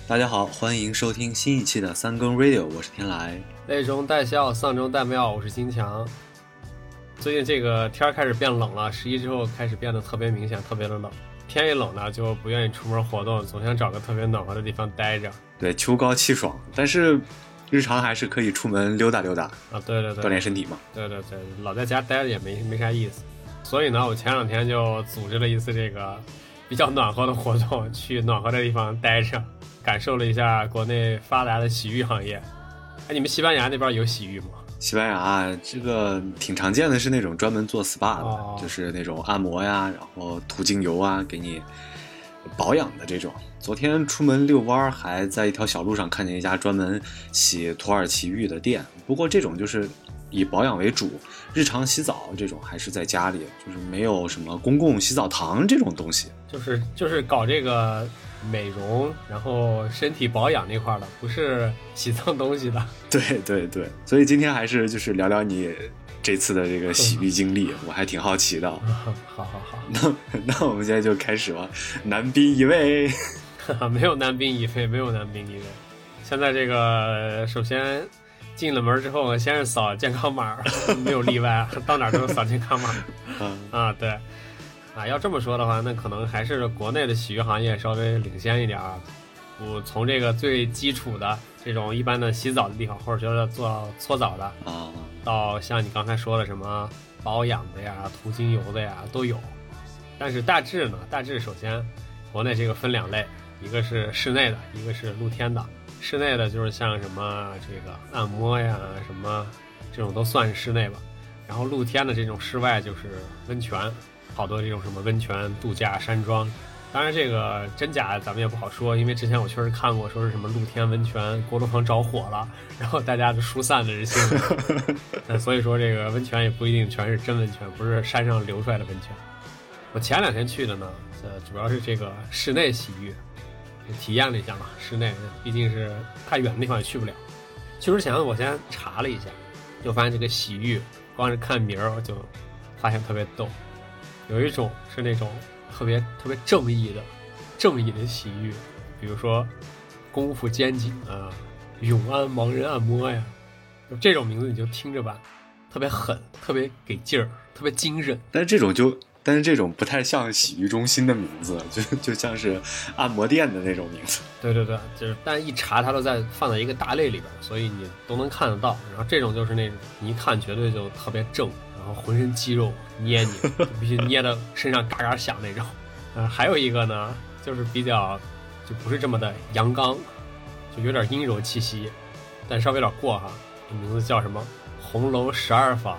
大家好，欢迎收听新一期的三更 Radio， 我是天来。 泪中带笑，丧中带妙，我是金强。最近这个天开始变冷了，11之后开始变得特别明显，特别的冷。天一冷呢，就不愿意出门活动，总想找个特别暖和的地方待着。 对，秋高气爽，但是日常还是可以出门溜达溜达啊，对对对， 锻炼身体嘛。 对对对，老在家待着也没啥意思。所以呢，我前2天就组织了一次这个比较暖和的活动，去暖和的地方待着，感受了一下国内发达的洗浴行业。哎，你们西班牙那边有洗浴吗？ 西班牙这个挺常见的，是那种专门做 SPA 的，就是那种按摩呀，然后涂精油啊，给你保养的这种。昨天出门遛弯，还在一条小路上看见一家专门洗土耳其浴的店，不过这种就是以保养为主，日常洗澡这种还是在家里，就是没有什么公共洗澡堂这种东西。 就是搞这个美容，然后身体保养那块的，不是洗脏东西的。 对对对，所以今天还是就是聊聊你这次的这个洗浴经历，我还挺好奇的。 好好好， 那我们现在就开始吧。男宾一位， 没有男宾一位，没有男宾一位。现在这个首先进了门之后，先是扫健康码，没有例外，到哪都是扫健康码。啊，对。啊，要这么说的话，那可能还是国内的洗浴行业稍微领先一点啊。我从这个最基础的这种一般的洗澡的地方，或者说做搓澡的啊，到像你刚才说的什么保养的呀、涂精油的呀都有。但是大致首先国内这个分2类，一个是室内的，一个是露天的。室内的就是像什么这个按摩呀什么这种都算是室内吧。然后露天的这种室外就是温泉。好多这种什么温泉度假山庄，当然这个真假咱们也不好说，因为之前我确实看过说是什么露天温泉锅炉房着火了，然后大家就疏散的这新闻。所以说这个温泉也不一定全是真温泉，不是山上流出来的温泉。我前2天去的呢，主要是这个室内洗浴，体验了一下嘛。室内毕竟是太远的地方也去不了。去之前我先查了一下，就发现这个洗浴光是看名儿就发现特别逗。有一种是那种特别正义的洗浴，比如说功夫肩颈啊、永安盲人按摩呀，就这种名字你就听着吧，特别狠，特别给劲儿，特别精神。 但是这种不太像洗浴中心的名字，就像是按摩店的那种名字。 对对对，就是但一查它都放在一个大类里边，所以你都能看得到。然后这种就是那种你一看绝对就特别正。然后浑身肌肉捏你，必须捏的身上嘎嘎响那种。还有一个呢，就是比较就不是这么的阳刚，就有点阴柔气息，但稍微有点过哈。名字叫什么？红楼12房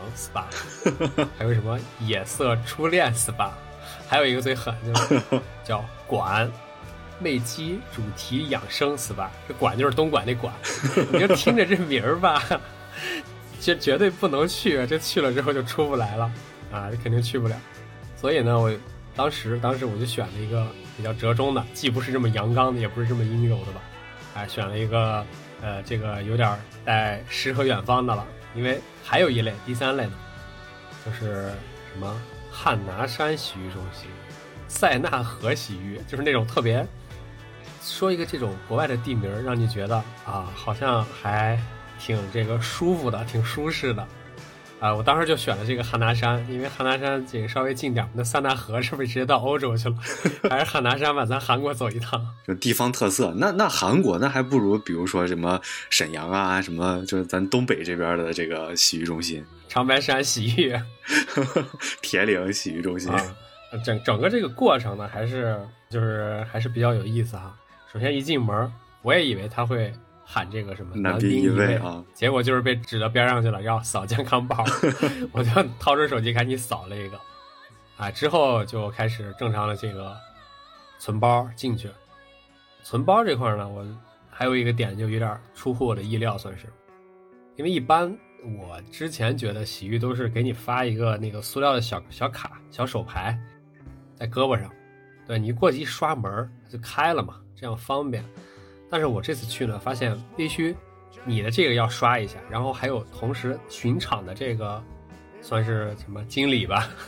SPA， 还有什么野色初恋 SPA， 还有一个最狠就是叫馆媚姬主题养生 SPA， 这馆就是东莞那馆，你就听着这名儿吧。这绝对不能去，这去了之后就出不来了啊，这肯定去不了。所以呢，我当时我就选了一个比较折中的，既不是这么阳刚的，也不是这么阴柔的吧，选了一个这个有点带诗和远方的了。因为还有一类，第3类呢，就是什么汉拿山洗浴中心、塞纳河洗浴，就是那种特别说一个这种国外的地名，让你觉得啊，好像还挺这个舒服的，挺舒适的，我当时就选了这个汉拿山，因为汉拿山这个稍微近点，那塞纳河是不是直接到欧洲去了？还是汉拿山吧，咱韩国走一趟。 就地方特色，那韩国那还不如比如说什么沈阳啊，什么就是咱东北这边的这个洗浴中心， 长白山洗浴， 铁岭洗浴中心。 整个这个过程呢，还是比较有意思哈。首先一进门，我也以为他会喊这个什么男宾一位啊， 结果就是被指到边上去了，要扫健康宝。我就掏出手机赶紧扫了一个，之后就开始正常的这个存包进去。存包这块呢，我还有一个点就有点出乎我的意料，算是，因为一般我之前觉得洗浴都是给你发一个那个塑料的小卡、小手牌在胳膊上，对，你过去一刷门就开了嘛，这样方便。但是我这次去呢，发现必须你的这个要刷一下，然后还有同时巡场的这个算是什么经理吧，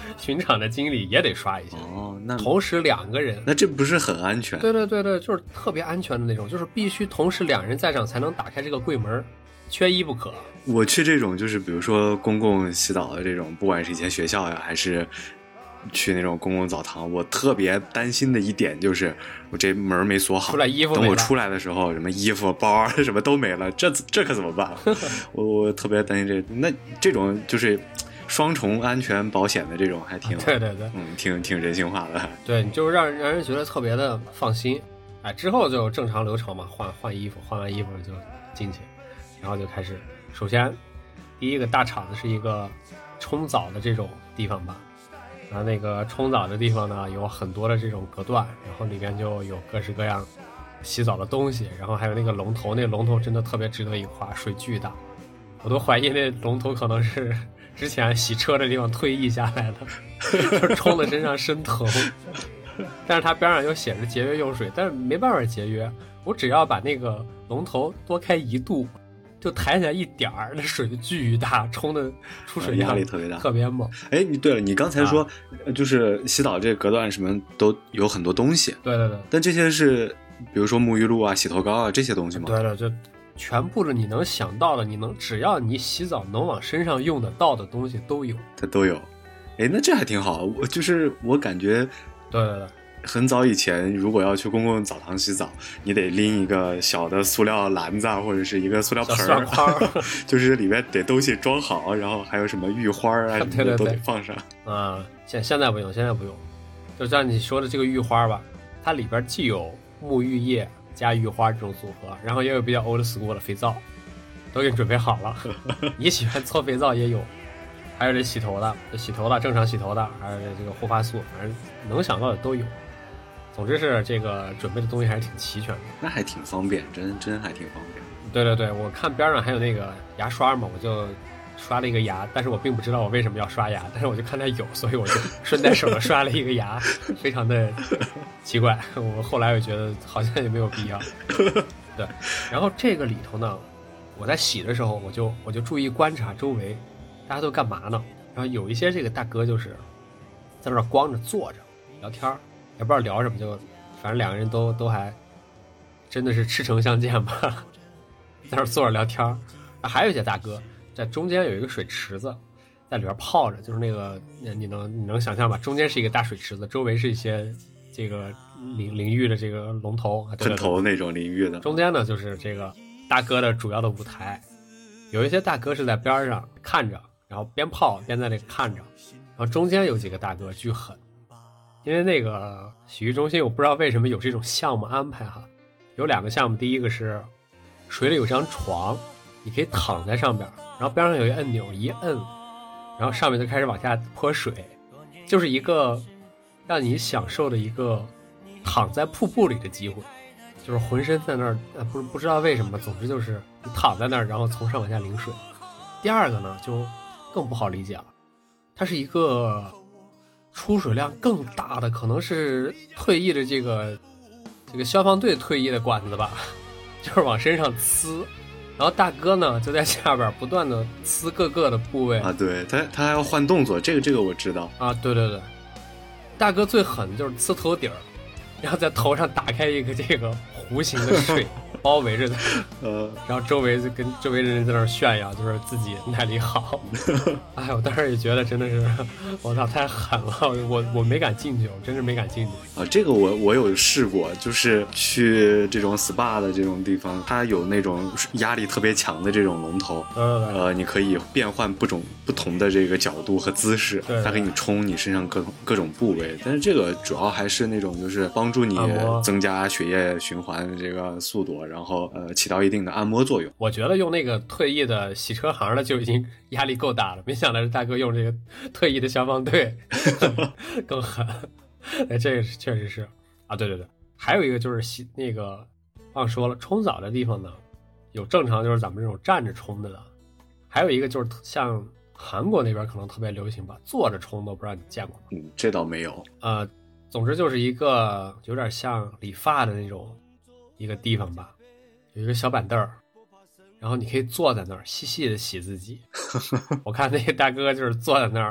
巡场的经理也得刷一下。 哦，那同时2个人， 那这不是很安全？ 对，就是特别安全的那种，就是必须同时2人在场才能打开这个柜门，缺一不可。 我去这种就是比如说公共洗澡的这种，不管是以前学校呀，还是去那种公共澡堂，我特别担心的一点就是我这门没锁好， 出来衣服等我出来的时候，什么衣服包什么都没了，这可怎么办？我特别担心这。那这种就是双重安全保险的这种还挺对， 挺人性化的。 对，你就是让人觉得特别的放心。哎，之后就正常流程嘛，换衣服，换完衣服就进去，然后就开始。首先第一个大场子是一个冲澡的这种地方吧，然后那个冲澡的地方呢有很多的这种隔断，然后里边就有各式各样洗澡的东西，然后还有那个龙头，那龙头真的特别值得一夸，水巨大，我都怀疑那龙头可能是之前洗车的地方退役下来的，就是冲的身上生疼。但是它边上又写着节约用水，但是没办法节约，我只要把那个龙头多开1度，就抬起来一点儿，那水就巨大，冲的出水压力特别大， 特别猛。 哎，对了，你刚才说、就是洗澡这隔断什么都有很多东西， 对， 但这些是比如说沐浴露啊、洗头膏啊这些东西吗？ 对，就全部的你能想到的，只要你洗澡能往身上用得到的东西都有， 它都有。哎，那这还挺好。我感觉， 对， 很早以前，如果要去公共澡堂洗澡，你得拎一个小的塑料篮子啊，或者是一个塑料盆儿，就是里面得东西装好，然后还有什么浴花啊什么的都得放上。 啊，现在不用，就像你说的这个浴花吧，它里边既有沐浴液加浴花这种组合，然后也有比较 old school 的肥皂，都给你准备好了。你喜欢搓肥皂也有，还有这洗头的，正常洗头的，还有这个护发素，反正能想到的都有。总之是这个准备的东西还是挺齐全的， 那还挺方便，真还挺方便。 对，我看边上还有那个牙刷嘛，我就刷了一个牙，但是我并不知道我为什么要刷牙，但是我就看它有，所以我就顺带手的刷了一个牙，非常的奇怪。我后来我觉得好像也没有必要。对，然后这个里头呢，我在洗的时候我就注意观察周围大家都干嘛呢，然后有一些这个大哥就是在那儿光着坐着聊天，也不知道聊什么，就反正2个人都还真的是赤诚相见吧，在那儿坐着聊天。还有一些大哥在中间有一个水池子，在里边泡着，就是那个你能想象吧？中间是一个大水池子，周围是一些这个淋浴的这个龙头、 喷头那种淋浴的。 中间呢就是这个大哥的主要的舞台，有一些大哥是在边上看着，然后边泡边在那看着，然后中间有几个大哥巨狠。因为那个洗浴中心我不知道为什么有这种项目安排哈，有2个项目，第一个是水里有张床，你可以躺在上边，然后边上有一按钮，一摁，然后上面就开始往下泼水，就是一个让你享受的一个躺在瀑布里的机会，就是浑身在那儿不知道为什么，总之就是你躺在那儿，然后从上往下淋水。第二个呢就更不好理解了，它是一个出水量更大的，可能是退役的这个消防队退役的管子吧，就是往身上呲，然后大哥呢就在下边不断的呲各个的部位啊，对，他还要换动作，这个我知道啊，对，大哥最狠的就是呲头顶，然后在头上打开一个这个弧形的水包围着他，然后周围就跟周围的人在那儿炫耀，就是自己耐力好。哎，我当时也觉得真的是，我操，太狠了！我没敢进去，我真是没敢进去啊。这个我有试过，就是去这种 SPA 的这种地方，它有那种压力特别强的这种龙头，你可以变换不同的这个角度和姿势，它给你冲你身上各种部位。但是这个主要还是那种就是帮助你增加血液循环的这个速度。然后起到一定的按摩作用。 我觉得用那个退役的洗车行的就已经压力够大了，没想到是大哥用这个退役的消防队更狠。哎，这个确实是啊，对，还有一个就是那个忘说了，冲澡的地方呢，有正常就是咱们这种站着冲的了，还有一个就是像韩国那边可能特别流行吧，坐着冲的，不知道你见过吗？ 这倒没有。 总之就是一个有点像理发的那种一个地方吧。有一个小板凳儿，然后你可以坐在那儿细细的洗自己。我看那个大哥就是坐在那儿，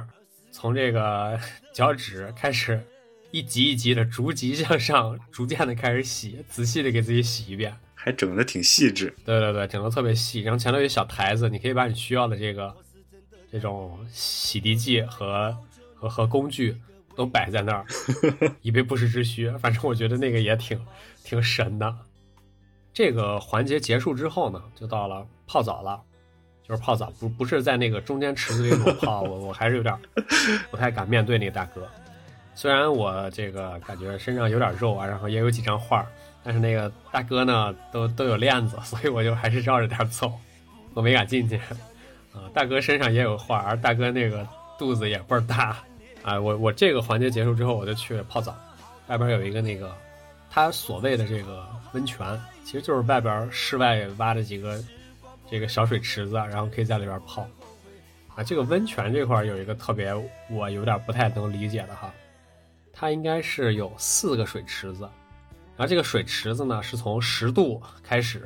从这个脚趾开始一级一级的逐级向上，逐渐的开始洗，仔细的给自己洗一遍， 还整的挺细致。 对对对，整的特别细。然后前头有小台子，你可以把你需要的这种洗涤剂和工具都摆在那儿，以备不时之需。反正我觉得那个也挺神的。这个环节结束之后呢，就到了泡澡了。就是泡澡，不是在那个中间池子里裸泡，我还是有点不太敢面对那个大哥。虽然我这个感觉身上有点肉啊，然后也有几张画，但是那个大哥呢都有链子，所以我就还是绕着点走，我没敢进去。大哥身上也有画，而大哥那个肚子也倍儿大啊。我这个环节结束之后，我就去泡澡。外边有一个那个他所谓的这个温泉，其实就是外边室外挖的几个这个小水池子，然后可以在里边泡啊。这个温泉这块有一个特别我有点不太能理解的哈，它应该是有4个水池子，然后这个水池子呢是从10度开始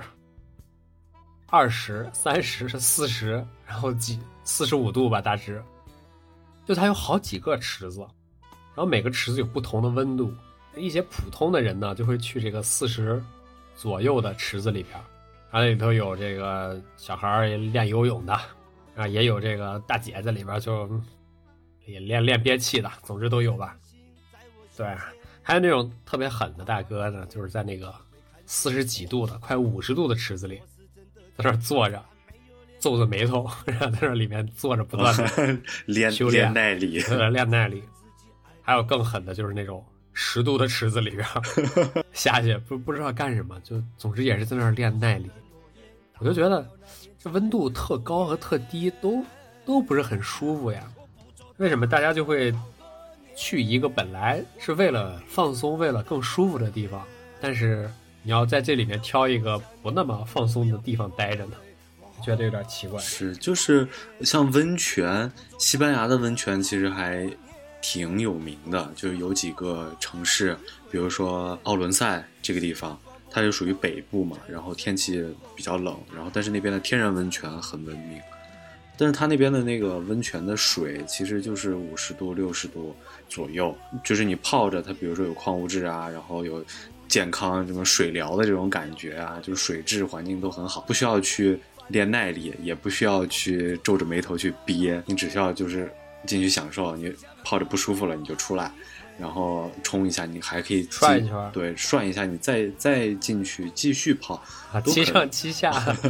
，20、30、40，然后45度吧，大致就它有好几个池子，然后每个池子有不同的温度。一些普通的人呢就会去这个40左右的池子里边，然后里头有这个小孩练游泳的啊，也有这个大姐在里边就也练憋气的，总之都有吧。对，还有那种特别狠的大哥呢，就是在那个40几度的快50度的池子里在那坐着皱着眉头，然后在那里面坐着不断的练耐力， 练耐力。还有更狠的就是那种10度的池子里边下去不知道干什么，就总之也是在那儿练耐力。我就觉得这温度特高和特低都不是很舒服呀。为什么大家就会去一个本来是为了放松为了更舒服的地方，但是你要在这里面挑一个不那么放松的地方待着呢？觉得有点奇怪。 是，就是像温泉，西班牙的温泉其实还挺有名的，就是有几个城市，比如说奥伦塞这个地方，它就属于北部嘛，然后天气比较冷，然后但是那边的天然温泉很闻名，但是它那边的那个温泉的水其实就是50度、60度左右，就是你泡着它，比如说有矿物质啊，然后有健康什么水疗的这种感觉啊，就是水质环境都很好，不需要去练耐力，也不需要去皱着眉头去憋，你只需要就是进去享受，你泡着不舒服了你就出来，然后冲一下，你还可以涮一圈， 对，涮一下，你再进去继续泡啊，7上7下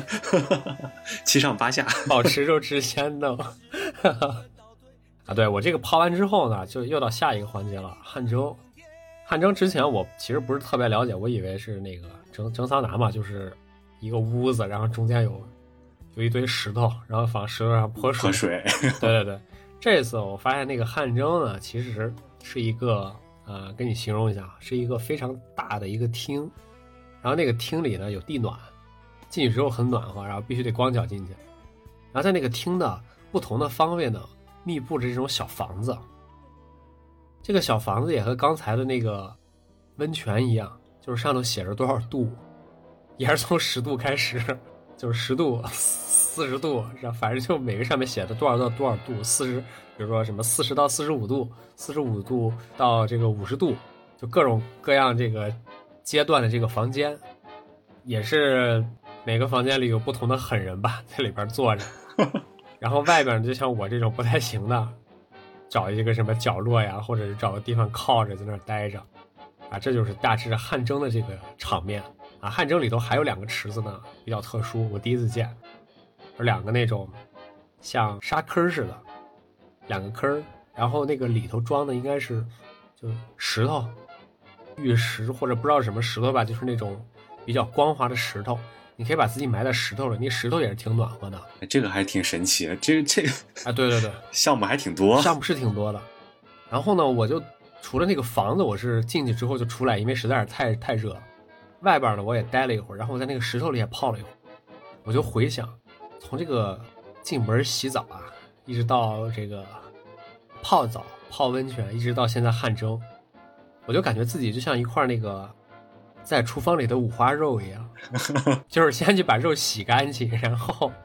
7上8下， 保持肉质鲜的啊。对，我这个泡完之后呢，就又到下一个环节了，汗蒸。汗蒸之前我其实不是特别了解，我以为是那个蒸桑拿嘛，就是一个屋子，然后中间有一堆石头，然后往石头上泼水。对对对，这次我发现那个汗蒸呢，其实是一个跟你形容一下，是一个非常大的一个厅，然后那个厅里呢有地暖，进去之后很暖和，然后必须得光脚进去。然后在那个厅的不同的方位呢，密布着这种小房子。这个小房子也和刚才的那个温泉一样，就是上头写着多少度，也是从10度开始，就是10度、40度，反正就每个上面写的多少到多少度，40，比如说什么40到45度，45度到这个50度，就各种各样这个阶段的这个房间，也是每个房间里有不同的狠人吧，在里边坐着，然后外边就像我这种不太行的，找一个什么角落呀，或者是找个地方靠着在那儿待着，啊，这就是大致汗蒸的这个场面啊。汗蒸里头还有2个池子呢，比较特殊，我第一次见，有2个那种像沙坑似的，2个坑，然后那个里头装的应该是就石头、玉石或者不知道什么石头吧，就是那种比较光滑的石头。你可以把自己埋在石头里，那石头也是挺暖和的。 这个还挺神奇的，这啊，对对对， 项目还挺多， 项目是挺多的。然后呢，我就除了那个房子，我是进去之后就出来，因为实在是太热了。外边呢，我也待了一会儿，然后我在那个石头里也泡了一会儿。我就回想，从这个进门洗澡啊，一直到这个泡澡、泡温泉，一直到现在汗蒸，我就感觉自己就像一块那个在厨房里的五花肉一样，就是先去把肉洗干净，然后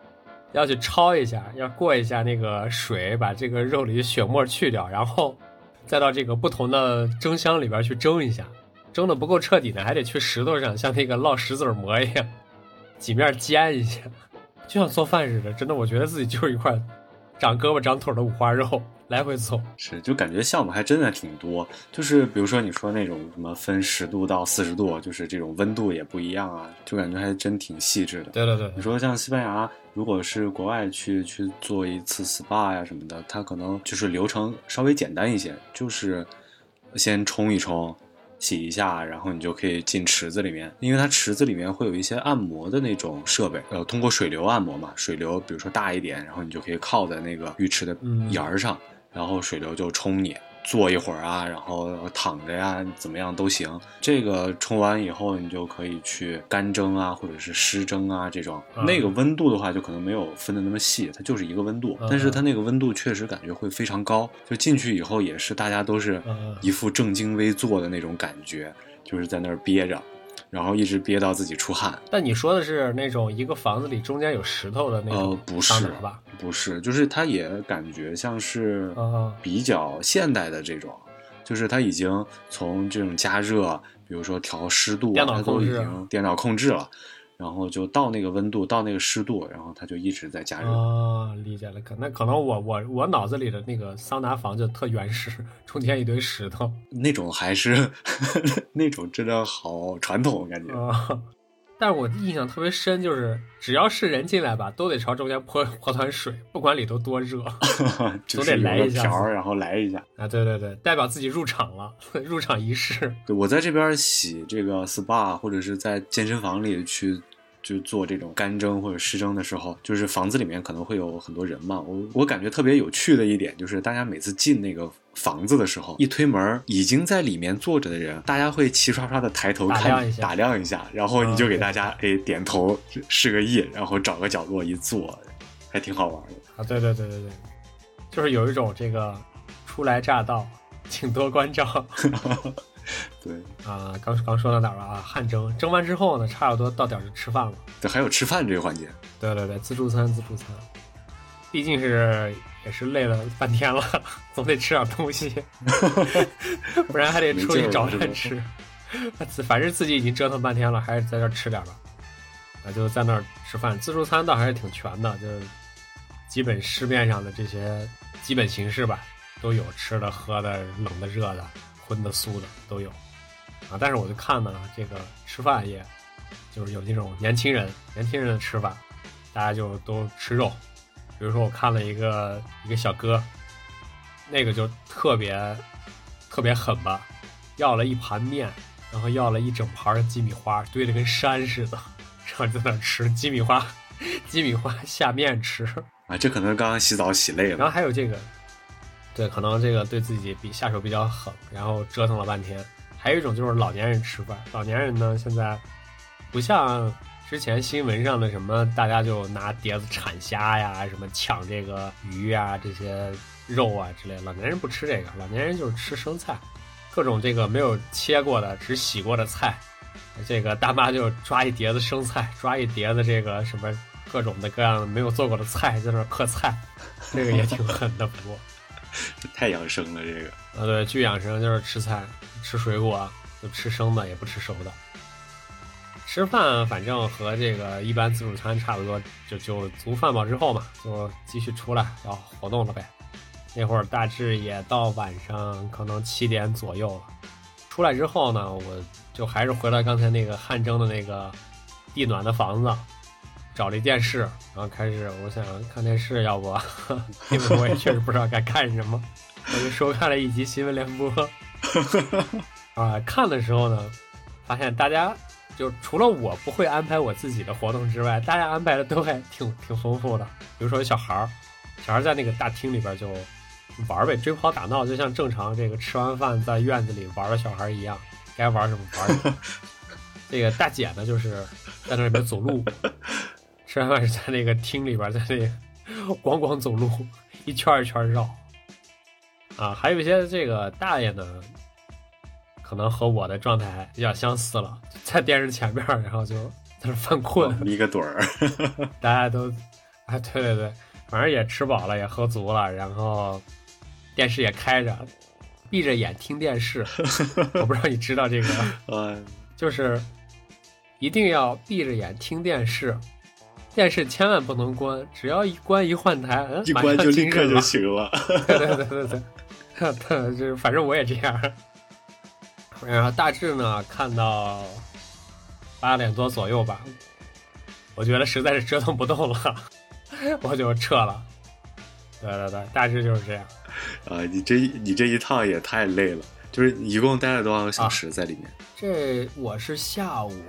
要去焯一下，要过一下那个水，把这个肉里的血沫去掉，然后再到这个不同的蒸箱里边去蒸一下。蒸的不够彻底呢，还得去石头上像那个烙石子馍一样几面煎一下，就像做饭似的。真的，我觉得自己就是一块长胳膊长腿的五花肉来回走。 是，就感觉项目还真的挺多，就是比如说你说那种什么分10度到40度，就是这种温度也不一样啊，就感觉还真挺细致的。 对对对， 你说像西班牙，如果是国外去做一次 SPA 呀什么的，它可能就是流程稍微简单一些，就是先冲一冲洗一下，然后你就可以进池子里面，因为它池子里面会有一些按摩的那种设备，通过水流按摩嘛，水流比如说大一点，然后你就可以靠在那个浴池的沿上，然后水流就冲你，坐一会儿啊，然后躺着呀，怎么样都行。这个冲完以后，你就可以去干蒸啊，或者是湿蒸啊，这种那个温度的话，就可能没有分的那么细，它就是一个温度，但是它那个温度确实感觉会非常高，就进去以后也是大家都是一副正襟危坐的那种感觉，就是在那儿憋着。然后一直憋到自己出汗。 但你说的是那种一个房子里中间有石头的那种桑拿吧？ 不是，就是它也感觉像是比较现代的这种，就是它已经从这种加热，比如说调湿度啊，它都已经电脑控制了。然后就到那个温度，到那个湿度，然后它就一直在加热。 理解了。那可能我脑子里的那个桑拿房就特原始，中间一堆石头， 那种还是那种真的好传统感觉。 但是我印象特别深，就是只要是人进来吧，都得朝中间泼团水，不管里头多热， 都得来一下瓢，然后来一下啊！对对对，代表自己入场了，入场仪式。 对，我在这边洗这个 SPA 或者是在健身房里去就做这种干蒸或者湿蒸的时候，就是房子里面可能会有很多人嘛，我感觉特别有趣的一点就是大家每次进那个房子的时候，一推门已经在里面坐着的人，大家会齐刷刷的抬头看打量一下，然后你就给大家点头示个意，然后找个角落一坐，还挺好玩的啊！对对对对对，就是有一种这个初来乍到请多关照对啊，刚说到哪儿了啊？汗蒸，蒸完之后呢，差不多到点就吃饭了。 对，还有吃饭这个环节。 对对对，自助餐，毕竟是也是累了半天了，总得吃点东西，不然还得出去找饭吃。反正自己已经折腾半天了，还是在这儿吃点吧。啊，就在那儿吃饭。自助餐倒还是挺全的，就是基本市面上的这些基本形式吧都有，吃的、喝的、冷的、热的。荤的素的都有啊，但是我就看呢，这个吃饭也就是有这种年轻人的吃法，大家就都吃肉。比如说我看了一个小哥，那个就特别狠吧，要了一盘面，然后要了一整盘鸡米花，堆得跟山似的，然后在那吃鸡米花下面吃啊，这可能刚刚洗澡洗累了。 然后还有这个。对，可能这个对自己下手比较狠，然后折腾了半天。还有一种就是老年人吃饭，老年人呢现在不像之前新闻上的什么大家就拿碟子铲虾呀，什么抢这个鱼啊这些肉啊之类的，老年人不吃这个，老年人就是吃生菜，各种这个没有切过的只洗过的菜，这个大妈就抓一碟子生菜，抓一碟子这个什么各种的各样的没有做过的菜在那嗑菜，这个也挺狠的。不过太养生了，这个对，巨养生，就是吃菜吃水果，就吃生的也不吃熟的。吃饭反正和这个一般自助餐差不多，就足饭饱之后嘛，就继续出来要活动了呗。那会儿大致也到晚上可能7点左右了。出来之后呢，我就还是回来刚才那个汗蒸的那个地暖的房子，找了一电视，然后开始我想看电视，要不因为我也确实不知道该看什么，我就收看了一集新闻联播啊。看的时候呢，发现大家就除了我不会安排我自己的活动之外，大家安排的都还挺丰富的。比如说小孩在那个大厅里边就玩呗，追跑打闹，就像正常这个吃完饭在院子里玩的小孩一样，该玩什么玩什么。这个大姐呢，就是在那边走路。吃完饭是在那个厅里边，在那个咣走路，一圈一圈绕啊。还有一些这个大爷呢，可能和我的状态比较相似了，在电视前面，然后就在那犯困， 一个盹儿， 大家都啊，对对对，反正也吃饱了，也喝足了，然后电视也开着，闭着眼听电视。我不知道你知道这个，就是一定要闭着眼听电视，电视千万不能关，只要一关一换台， 一关就立刻就行了。 对对对对对，就是反正我也这样。然后大致呢看到8点多左右吧，我觉得实在是折腾不动了，我就撤了。对对对，大致就是这样。 你这一趟也太累了，就是一共待了多少个小时在里面？ 这我是下午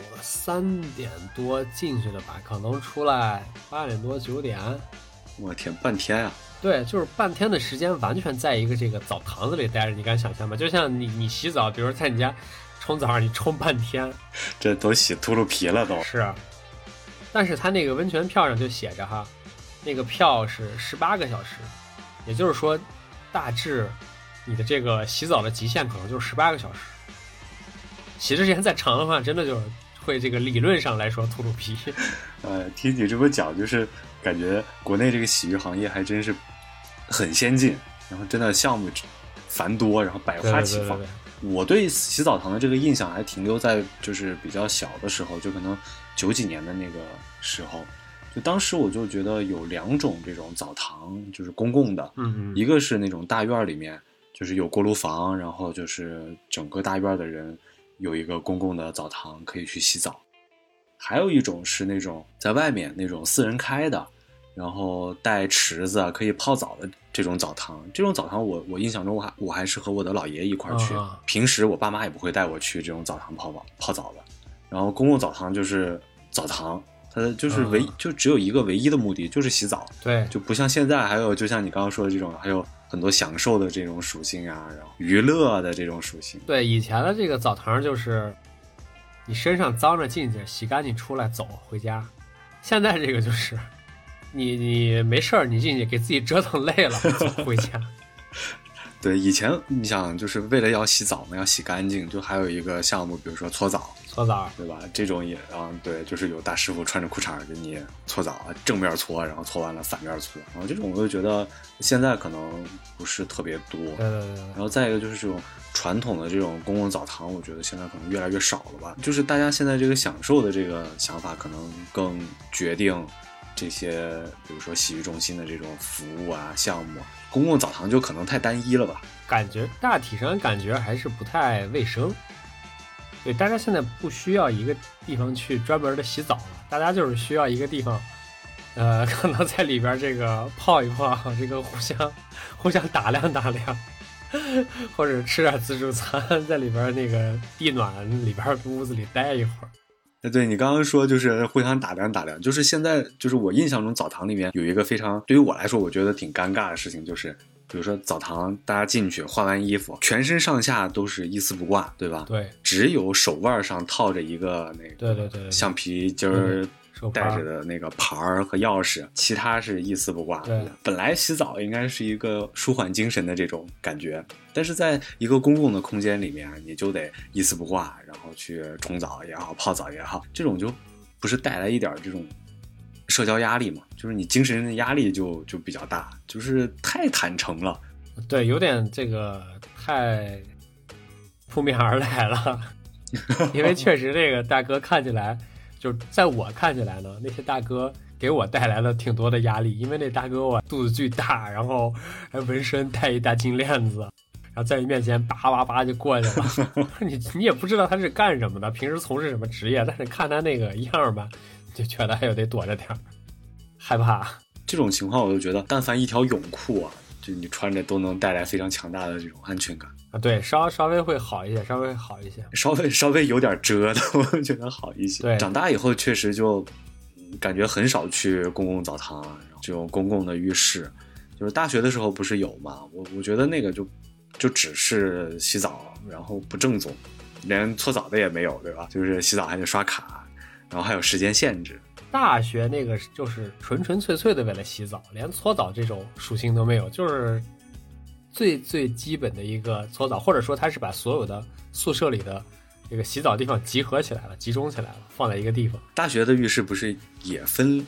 3点多进去的吧，可能出来8点多9点。 我天，半天啊！ 对，就是半天的时间，完全在一个这个澡堂子里待着，你敢想象吗？就像你洗澡，比如在你家冲澡，你冲半天， 这都洗秃噜皮了都。 是，但是他那个温泉票上就写着哈，那个票是18个小时，也就是说，大致你的这个洗澡的极限可能就是18个小时。洗的时间再长的话，真的就是会这个理论上来说秃噜皮。 听你这么讲，就是感觉国内这个洗浴行业还真是很先进，然后真的项目繁多，然后百花齐放。 对， 我对洗澡堂的这个印象还停留在就是比较小的时候，就可能90几年的那个时候，就当时我就觉得有2种这种澡堂，就是公共的，一个是那种大院里面就是有锅炉房，然后就是整个大院的人有一个公共的澡堂可以去洗澡，还有一种是那种在外面那种私人开的，然后带池子可以泡澡的这种澡堂。这种澡堂我印象中我还是和我的姥爷一块去，平时我爸妈也不会带我去这种澡堂泡澡的。然后公共澡堂就是澡堂，它就是就只有一个唯一的目的，就是洗澡。 对， 就不像现在还有就像你刚刚说的这种，还有很多享受的这种属性啊，然后娱乐的这种属性。 对，以前的这个澡堂就是你身上脏着进去，洗干净出来走回家。现在这个就是你没事儿，你进去给自己折腾累了走回家。 对，以前你想就是为了要洗澡嘛，要洗干净，就还有一个项目，比如说搓澡，对吧？这种也对，就是有大师傅穿着裤衩给你搓澡，正面搓，然后搓完了反面搓，然后这种我就觉得现在可能不是特别多。 对。 然后再一个就是这种传统的这种公共澡堂，我觉得现在可能越来越少了吧。就是大家现在这个享受的这个想法，可能更决定这些，比如说洗浴中心的这种服务啊项目。公共澡堂就可能太单一了吧， 感觉大体上感觉还是不太卫生。对，大家现在不需要一个地方去专门的洗澡了，大家就是需要一个地方，可能在里边这个泡一泡，这个互相打量，或者吃点自助餐，在里边那个地暖里边屋子里待一会儿。 对，你刚刚说就是互相打量，就是现在就是我印象中澡堂里面有一个非常对于我来说我觉得挺尴尬的事情，就是比如说澡堂大家进去换完衣服，全身上下都是一丝不挂，对吧？ 对， 只有手腕上套着一个那个对橡皮筋儿带着的那个牌儿和钥匙，其他是一丝不挂。 对， 本来洗澡应该是一个舒缓精神的这种感觉，但是在一个公共的空间里面，你就得一丝不挂，然后去冲澡也好，泡澡也好，这种就不是带来一点这种社交压力嘛？就是你精神的压力就比较大，就是太坦诚了。 对，有点这个太扑面而来了，因为确实这个大哥看起来。就在我看起来呢，那些大哥给我带来了挺多的压力，因为那大哥我肚子巨大，然后还纹身，戴一大金链子，然后在你面前叭就过去了。你也不知道他是干什么的，平时从事什么职业，但是看他那个样吧，就觉得还有得躲着点，害怕。 这种情况我就觉得，但凡一条泳裤啊，就你穿着都能带来非常强大的这种安全感。 对，稍微会好一些， 稍微有点遮的，我觉得好一些。 对， 长大以后确实就感觉很少去公共澡堂，这种公共的浴室。就是大学的时候不是有嘛，我觉得那个就只是洗澡，然后不正宗，连搓澡的也没有，对吧？就是洗澡还得刷卡，然后还有时间限制。 大学那个就是纯粹的为了洗澡，连搓澡这种属性都没有，就是最基本的一个搓澡，或者说他是把所有的宿舍里的这个洗澡地方集合起来了，集中起来了，放在一个地方。 大学的浴室不是也分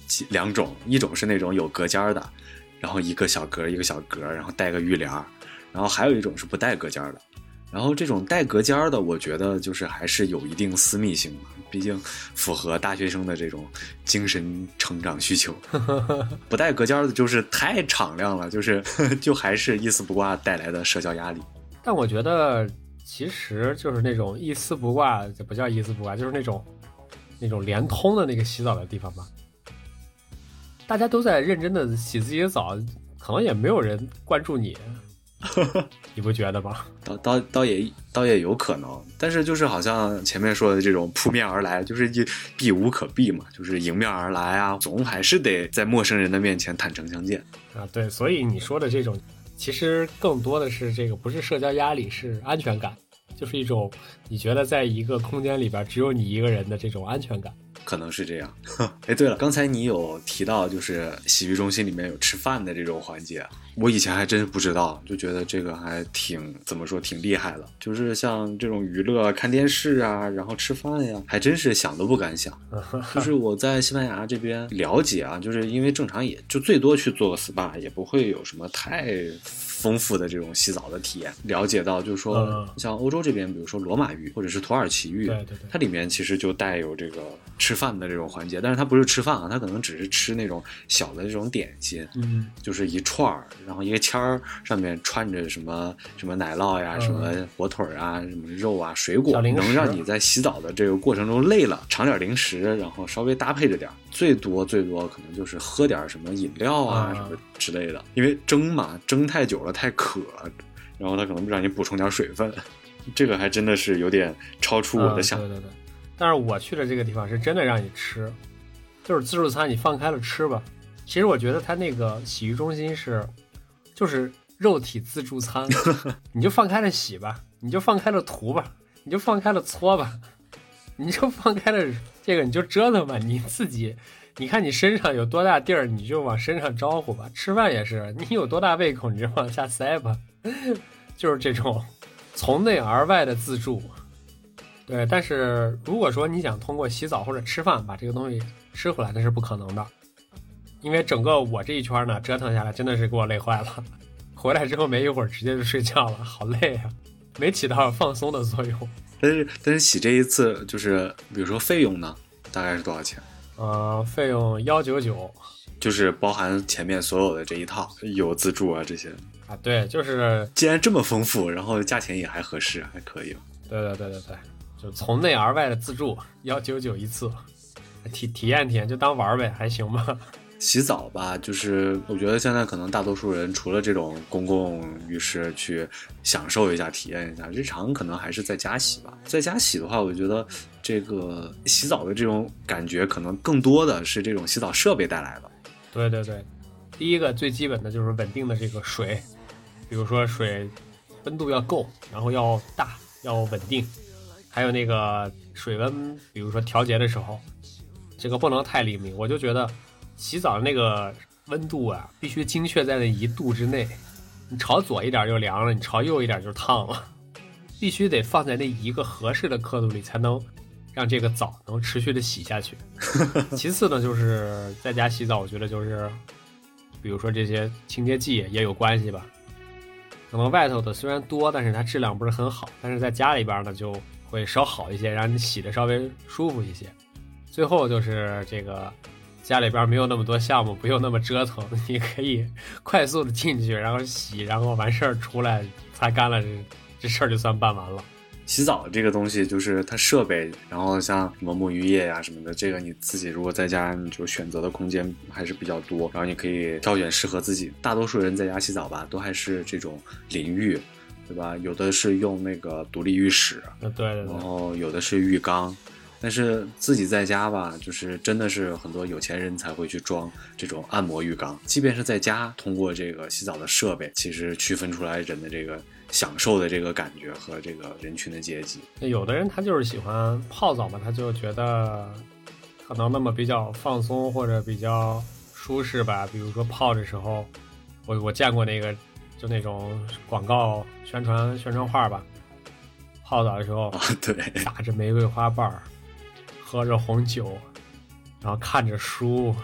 两种，一种是那种有隔间的，然后一个小格一个小格，然后带个浴帘，然后还有一种是不带隔间的。然后这种带隔间的，我觉得就是还是有一定私密性嘛，毕竟符合大学生的这种精神成长需求。不带隔间的就是太敞亮了，就还是一丝不挂带来的社交压力。 但我觉得其实就是那种一丝不挂，不叫一丝不挂，就是那种连通的那个洗澡的地方吧。大家都在认真的洗自己的澡，可能也没有人关注你。你不觉得吗？ 倒也有可能，但是就是好像前面说的这种扑面而来，就是避无可避嘛，就是迎面而来啊，总还是得在陌生人的面前坦诚相见啊。对，所以你说的这种，其实更多的是这个不是社交压力，是安全感，就是一种你觉得在一个空间里边只有你一个人的这种安全感。 可能是这样。哎，对了，刚才你有提到就是洗浴中心里面有吃饭的这种环节，我以前还真不知道，就觉得这个还怎么说挺厉害的。就是像这种娱乐看电视啊，然后吃饭呀，还真是想都不敢想。就是我在西班牙这边了解啊，就是因为正常也就最多去做个 SPA， 也不会有什么太丰富的这种洗澡的体验。了解到就是说像欧洲这边比如说罗马浴或者是土耳其浴， 对， 它里面其实就带有这个吃饭的这种环节，但是它不是吃饭啊，它可能只是吃那种小的这种点心，就是一串，然后一个签儿上面串着什么奶酪呀，什么火腿啊，什么肉啊，水果，能让你在洗澡的这个过程中累了尝点零食，然后稍微搭配着点，最多可能就是喝点什么饮料啊什么之类的，因为蒸太久了太渴，然后它可能让你补充点水分，这个还真的是有点超出我的想象。 对。但是我去的这个地方是真的让你吃，就是自助餐，你放开了吃吧。其实我觉得他那个洗浴中心就是肉体自助餐，你就放开了洗吧，你就放开了涂吧，你就放开了搓吧，你就放开了这个，你就折腾吧，你自己，你看你身上有多大地儿，你就往身上招呼吧。吃饭也是，你有多大胃口，你就往下塞吧，就是这种从内而外的自助。对，但是如果说你想通过洗澡或者吃饭把这个东西吃回来，那是不可能的，因为整个我这一圈呢折腾下来真的是给我累坏了，回来之后没一会儿直接就睡觉了，好累啊，没起到放松的作用。 但是洗这一次就是比如说费用呢，大概是多少钱？ 费用199， 就是包含前面所有的这一套，有自助啊这些啊。对，就是既然这么丰富，然后价钱也还合适，还可以。 对，就从内而外的自助199一次，体验体验，就当玩呗，还行吧。 洗澡吧，就是我觉得现在可能大多数人除了这种公共浴室去享受一下体验一下，日常可能还是在家洗吧。在家洗的话，我觉得这个洗澡的这种感觉可能更多的是这种洗澡设备带来的。 对，第一个最基本的就是稳定的这个水，比如说水温度要够，然后要大要稳定，还有那个水温比如说调节的时候这个不能太灵敏。我就觉得洗澡的那个温度啊必须精确在那1度之内，你朝左一点就凉了，你朝右一点就烫了，必须得放在那一个合适的刻度里，才能让这个澡能持续的洗下去。其次呢，就是在家洗澡，我觉得就是比如说这些清洁剂也有关系吧，可能外头的虽然多，但是它质量不是很好，但是在家里边呢就会稍好一些，让你洗的稍微舒服一些。最后就是这个家里边没有那么多项目，不用那么折腾，你可以快速的进去，然后洗，然后完事儿出来擦干了，这事儿就算办完了。 洗澡这个东西就是它设备，然后像什么沐浴液呀什么的，这个你自己如果在家，你就选择的空间还是比较多，然后你可以挑选适合自己。大多数人在家洗澡吧，都还是这种淋浴，对吧？有的是用那个独立浴室， 对， 然后有的是浴缸。但是自己在家吧，就是真的是很多有钱人才会去装这种按摩浴缸。即便是在家，通过这个洗澡的设备，其实区分出来人的这个享受的这个感觉和这个人群的阶级。 有的人他就是喜欢泡澡嘛，他就觉得可能那么比较放松或者比较舒适吧。比如说泡的时候，我见过那个就那种广告宣传画吧，泡澡的时候， 对， 打着玫瑰花瓣，喝着红酒，然后看着书，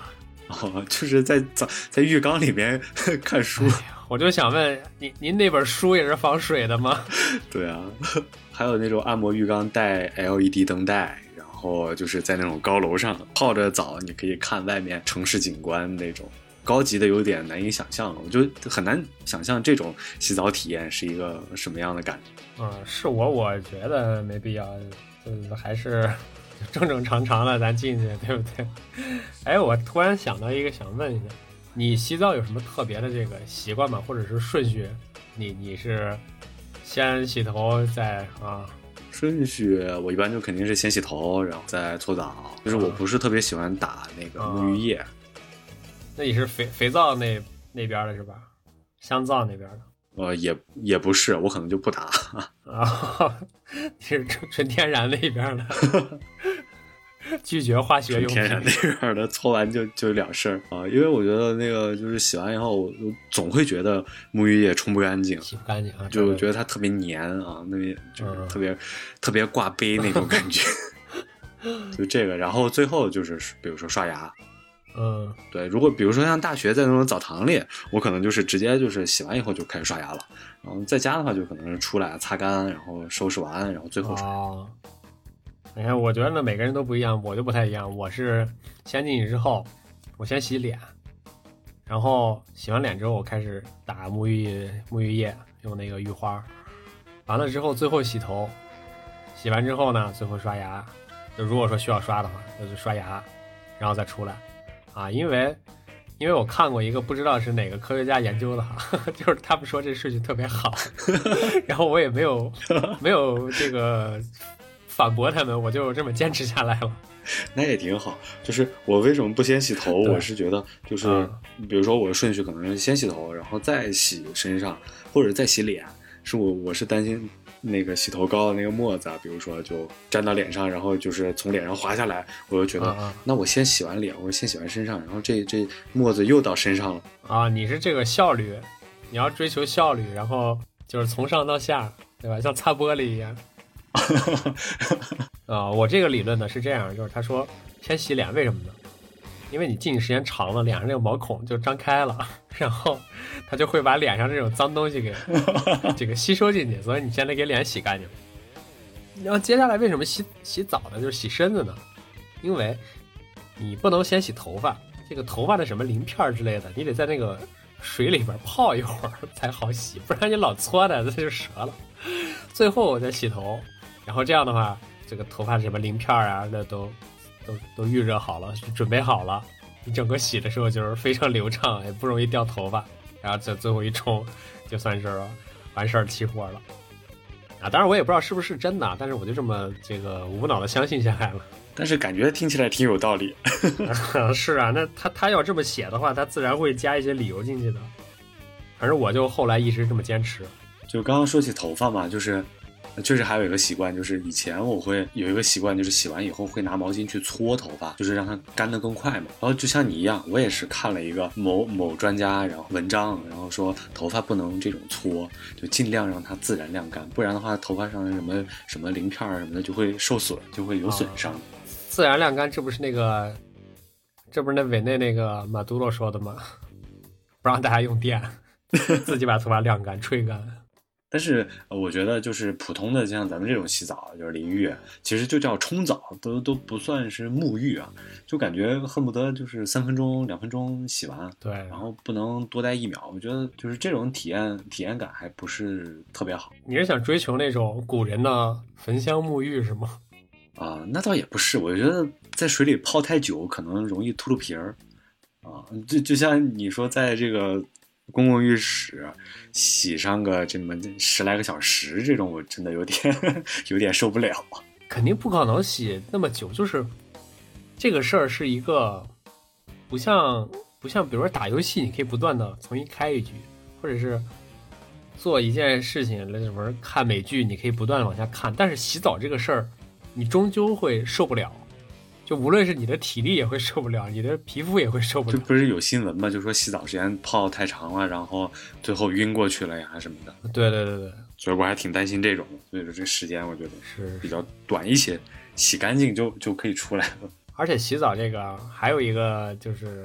就是在浴缸里面看书。 我就想问您那本书也是防水的吗？ 对啊，还有那种按摩浴缸带 LED 灯带，然后就是在那种高楼上泡着澡，你可以看外面城市景观那种。高级的有点难以想象了，我就很难想象这种洗澡体验是一个什么样的感觉。 是我觉得没必要，还是正正常常的咱进去，对不对？哎，我突然想到一个，想问一下，你洗澡有什么特别的这个习惯吗？或者是顺序？你是先洗头再顺序我一般就肯定是先洗头，然后再搓澡。就是我不是特别喜欢打那个沐浴液。 那你是肥皂那边的是吧？香皂那边的？ 也不是，我可能就不打。 你是纯天然那边的，拒绝化学用品。 天然那边的，搓完就了事儿啊。因为我觉得那个就是洗完以后，我总会觉得沐浴液冲不干净， 洗不干净啊， 就觉得它特别黏啊，那边就是特别挂杯那种感觉。就这个，然后最后就是比如说刷牙。对，如果比如说像大学在那种澡堂里，我可能就是直接就是洗完以后就开始刷牙了，然后在家的话就可能是出来擦干，然后收拾完，然后最后刷。 你看，我觉得呢每个人都不一样，我就不太一样，我是先进去之后，我先洗脸，然后洗完脸之后我开始打沐浴液，用那个浴花，完了之后最后洗头，洗完之后呢最后刷牙，就如果说需要刷的话，就刷牙，然后再出来。因为我看过一个不知道是哪个科学家研究的就是他们说这顺序特别好，然后我也没有这个反驳他们，我就这么坚持下来了。 那也挺好。就是我为什么不先洗头？我是觉得就是比如说我的顺序可能是先洗头，然后再洗身上，或者再洗脸。是我是担心那个洗头膏的那个沫子比如说就沾到脸上，然后就是从脸上滑下来，我就觉得那我先洗完脸，我先洗完身上，然后这沫子又到身上了你是这个效率，你要追求效率，然后就是从上到下，对吧？像擦玻璃一样。我这个理论呢是这样，就是他说先洗脸，为什么呢？因为你浸时间长了，脸上这个毛孔就张开了，然后它就会把脸上这种脏东西给这个吸收进去，所以你先得给脸洗干净。然后接下来为什么洗澡呢？就是洗身子呢？因为你不能先洗头发，这个头发的什么鳞片之类的，你得在那个水里边泡一会儿才好洗，不然你老搓的它就折了。最后我再洗头，然后这样的话，这个头发什么鳞片那都预热好了，准备好了，你整个洗的时候就是非常流畅，也不容易掉头发，然后最后一冲就算是完事儿齐活了当然我也不知道是不是真的，但是我就这么这个无脑的相信下来了。 但是感觉听起来挺有道理。 是啊，那他要这么写的话，他自然会加一些理由进去的。反正我就后来一直这么坚持。 就刚刚说起头发嘛，就是确实还有一个习惯，就是以前我会有一个习惯，就是洗完以后会拿毛巾去搓头发，就是让它干得更快嘛。然后就像你一样，我也是看了一个某专家然后文章，然后说头发不能这种搓，就尽量让它自然晾干，不然的话头发上什么鳞片什么的就会受损，就会有损伤。 自然晾干，这不是那委内那个马杜罗说的吗？不让大家用电，自己把头发晾干吹干。 但是我觉得就是普通的像咱们这种洗澡就是淋浴，其实就叫冲澡，都不算是沐浴就感觉恨不得就是3分钟2分钟洗完， 对， 然后不能多待1秒。我觉得就是这种体验感还不是特别好。 你是想追求那种古人的焚香沐浴是吗？ 那倒也不是，我觉得在水里泡太久可能容易秃噜皮儿就像你说在这个公共浴室洗上个这么10来个小时，这种我真的有点受不了。 肯定不可能洗那么久，就是这个事儿是一个不像比如说打游戏，你可以不断的重新开一局，或者是做一件事情，什么看美剧，你可以不断的往下看。但是洗澡这个事儿，你终究会受不了。就无论是你的体力也会受不了，你的皮肤也会受不了。 这不是有新闻吗？就说洗澡时间泡太长了，然后最后晕过去了呀什么的。 对， 所以我还挺担心这种，所以说这个时间我觉得是比较短一些，洗干净就可以出来了。 而且洗澡这个还有一个就是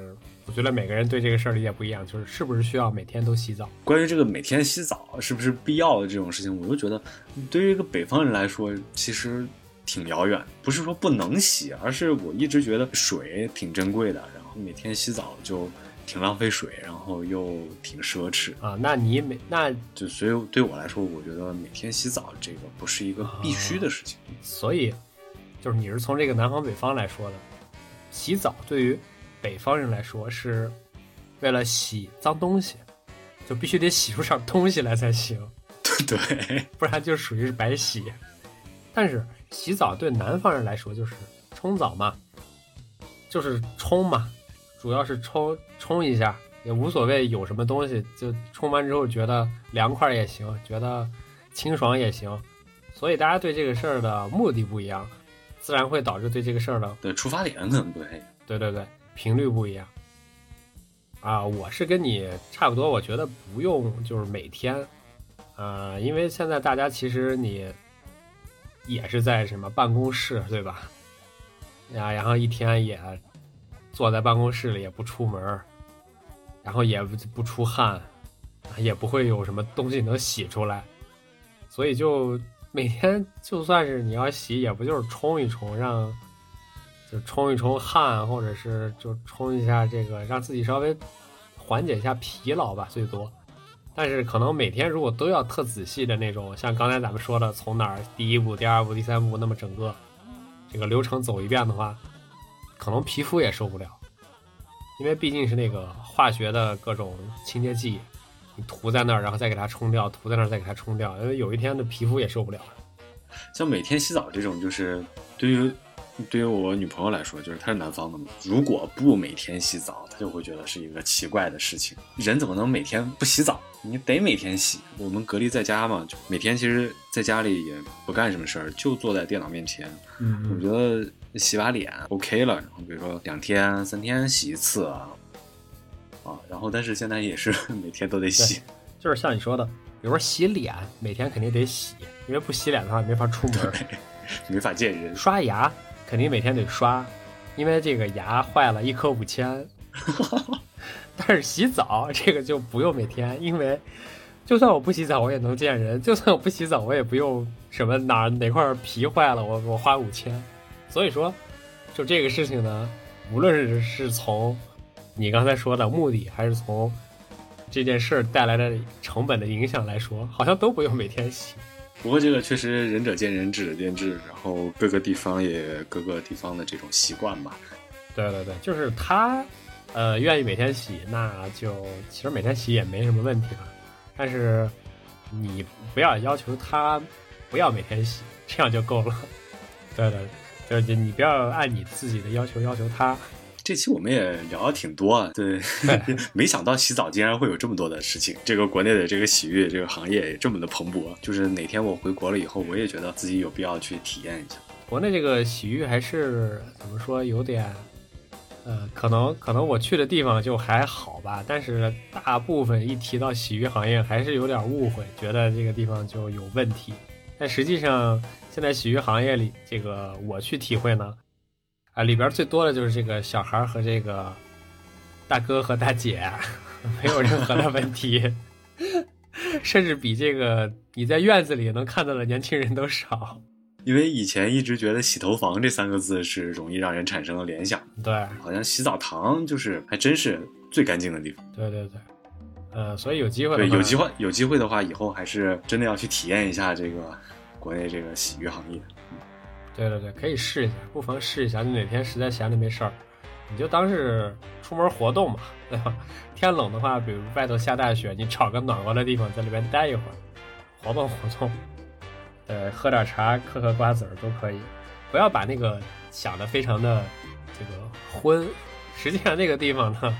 我觉得每个人对这个事儿理解不一样，就是是不是需要每天都洗澡。 关于这个每天洗澡是不是必要的这种事情，我就觉得对于一个北方人来说其实挺遥远，不是说不能洗，而是我一直觉得水挺珍贵的，然后每天洗澡就挺浪费水，然后又挺奢侈啊。那就所以对我来说，我觉得每天洗澡这个不是一个必须的事情。 所以就是你是从这个南方北方来说的，洗澡对于北方人来说是为了洗脏东西，就必须得洗出上东西来才行。 对， 不然就属于是白洗。但是洗澡对南方人来说就是冲澡嘛，就是冲嘛，主要是冲一下，也无所谓有什么东西，就冲完之后觉得凉快也行，觉得清爽也行。所以大家对这个事儿的目的不一样，自然会导致对这个事儿的出发点可能不太一样。 对，频率不一样。我是跟你差不多，我觉得不用就是每天，因为现在大家其实你也是在什么办公室，对吧？然后一天也坐在办公室里，也不出门，然后也不出汗，也不会有什么东西能洗出来，所以就每天就算是你要洗，也不就是冲一冲，就冲一冲汗，或者是就冲一下这个，让自己稍微缓解一下疲劳吧，最多。但是可能每天如果都要特仔细的那种，像刚才咱们说的，从哪儿第一步、第二步、第三步，那么整个这个流程走一遍的话，可能皮肤也受不了，因为毕竟是那个化学的各种清洁剂，你涂在那儿，然后再给它冲掉，涂在那儿再给它冲掉，因为有一天的皮肤也受不了。 像每天洗澡这种，就是对于我女朋友来说，就是她是南方的嘛，如果不每天洗澡，她就会觉得是一个奇怪的事情。人怎么能每天不洗澡？你得每天洗。我们隔离在家嘛，就每天其实在家里也不干什么事儿，就坐在电脑面前。我觉得洗把脸 OK 了，然后比如说2天3天洗一次然后但是现在也是每天都得洗。 就是像你说的，比如说洗脸，每天肯定得洗，因为不洗脸的话没法出门， 没法见人。 刷牙肯定每天得刷，因为这个牙坏了1颗5000。但是洗澡这个就不用每天，因为就算我不洗澡我也能见人，就算我不洗澡我也不用什么哪块皮坏了我花5000。所以说就这个事情呢，无论是从你刚才说的目的，还是从这件事带来的成本的影响来说，好像都不用每天洗。 不过这个确实仁者见仁，智者见智，然后各个地方也各个地方的这种习惯吧。 对，就是他愿意每天洗，那就其实每天洗也没什么问题吧。但是你不要要求他不要每天洗，这样就够了。对，就是你不要按你自己的要求他。 这期我们也聊了挺多啊，对，没想到洗澡竟然会有这么多的事情。这个国内的这个洗浴这个行业也这么的蓬勃，就是哪天我回国了以后，我也觉得自己有必要去体验一下。 国内这个洗浴还是怎么说，有点，可能我去的地方就还好吧，但是大部分一提到洗浴行业还是有点误会，觉得这个地方就有问题。但实际上，现在洗浴行业里，这个我去体会呢。里边最多的就是这个小孩和这个大哥和大姐，没有任何的问题，甚至比这个你在院子里能看到的年轻人都少。 因为以前一直觉得洗头房这3个字是容易让人产生的联想， 对， 好像洗澡堂就是还真是最干净的地方。 对，所以有机会的话，有机会的话，以后还是真的要去体验一下这个国内这个洗浴行业。 对，可以试一下，不妨试一下。你哪天实在闲着没事儿，你就当是出门活动嘛，对吧？天冷的话，比如外头下大雪，你找个暖和的地方在里边待一会儿，活动活动。喝点茶，嗑瓜子儿都可以。不要把那个想得非常的这个昏，实际上那个地方呢，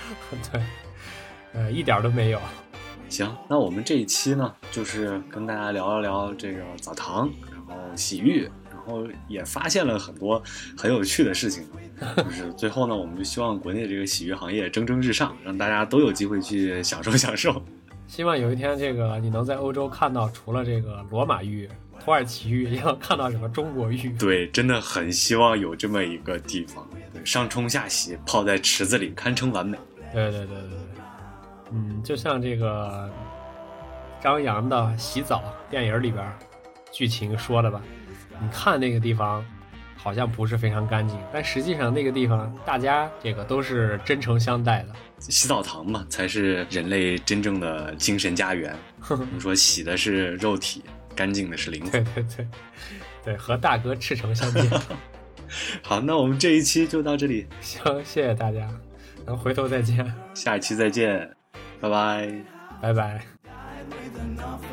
对，一点都没有。 行，那我们这一期呢，就是跟大家聊一聊这个澡堂，然后洗浴。然后也发现了很多很有趣的事情，就是最后呢，我们就希望国内这个洗浴行业蒸蒸日上，让大家都有机会去享受。 希望有一天这个你能在欧洲看到除了这个罗马浴、土耳其浴，也要看到什么中国浴。 对，真的很希望有这么一个地方。对， 上冲下洗，泡在池子里，堪称完美。 对，就像这个张扬的《洗澡》电影里边剧情说的吧，你看那个地方好像不是非常干净，但实际上那个地方大家这个都是真诚相待的。 洗澡堂嘛，才是人类真正的精神家园。你说洗的是肉体，干净的是灵魂。 对，和大哥赤诚相见。 好，那我们这一期就到这里。 行，谢谢大家，咱回头再见。 下一期再见，拜拜。 拜拜。